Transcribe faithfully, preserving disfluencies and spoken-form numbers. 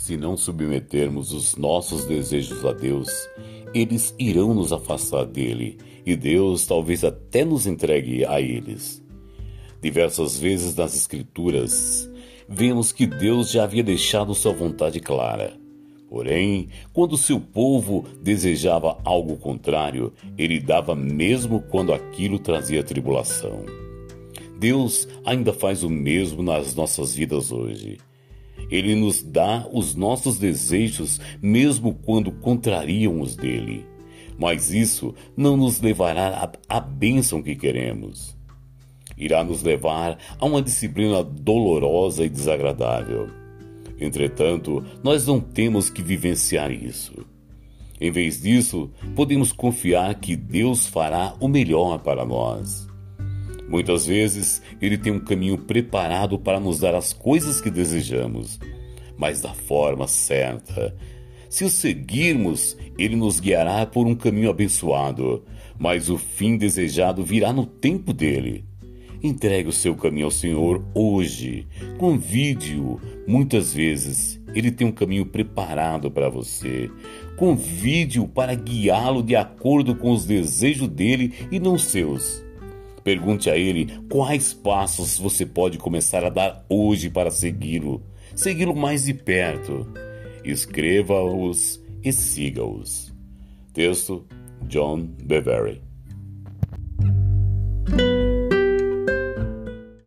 Se não submetermos os nossos desejos a Deus, eles irão nos afastar dele e Deus talvez até nos entregue a eles. Diversas vezes nas Escrituras, vemos que Deus já havia deixado sua vontade clara. Porém, quando seu povo desejava algo contrário, ele dava mesmo quando aquilo trazia tribulação. Deus ainda faz o mesmo nas nossas vidas hoje. Ele nos dá os nossos desejos mesmo quando contrariam os dele. Mas isso não nos levará à bênção que queremos. Irá nos levar a uma disciplina dolorosa e desagradável. Entretanto, nós não temos que vivenciar isso. Em vez disso, podemos confiar que Deus fará o melhor para nós. Muitas vezes, Ele tem um caminho preparado para nos dar as coisas que desejamos, mas da forma certa. Se o seguirmos, Ele nos guiará por um caminho abençoado, mas o fim desejado virá no tempo dele. Entregue o seu caminho ao Senhor hoje. Convide-o. Muitas vezes, Ele tem um caminho preparado para você. Convide-o para guiá-lo de acordo com os desejos dele e não seus. Pergunte a Ele quais passos você pode começar a dar hoje para segui-lo. Segui-lo mais de perto. Escreva-os e siga-os. Texto: John Bevere.